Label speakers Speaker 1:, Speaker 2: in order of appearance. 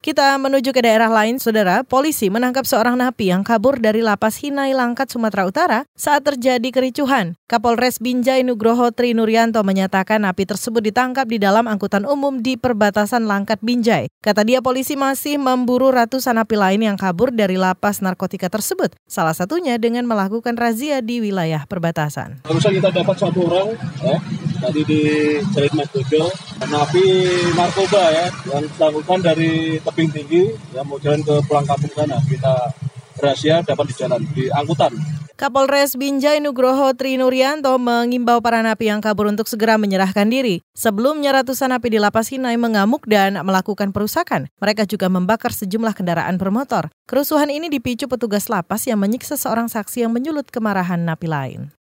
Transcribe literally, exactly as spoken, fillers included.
Speaker 1: Kita menuju ke daerah lain, saudara. Polisi menangkap seorang napi yang kabur dari lapas Hinai Langkat, Sumatera Utara saat terjadi kericuhan. Kapolres Binjai Nugroho Tri Nuryanto menyatakan napi tersebut ditangkap di dalam angkutan umum di perbatasan Langkat Binjai. Kata dia, polisi masih memburu ratusan napi lain yang kabur dari lapas narkotika tersebut. Salah satunya dengan melakukan razia di wilayah perbatasan.
Speaker 2: Barusan kita dapat satu orang, ya, tadi di Jait Masdojo, napi narkoba ya, yang dilakukan dari tebing tinggi, yang mau jalan ke pulang kampung sana. Kita rahasia dapat di jalan, di angkutan.
Speaker 1: Kapolres Binjai Nugroho Tri Nuryanto mengimbau para napi yang kabur untuk segera menyerahkan diri. Sebelumnya ratusan napi di lapas Hinai mengamuk dan melakukan perusakan. Mereka juga membakar sejumlah kendaraan bermotor. Kerusuhan ini dipicu petugas lapas yang menyiksa seorang saksi yang menyulut kemarahan napi lain.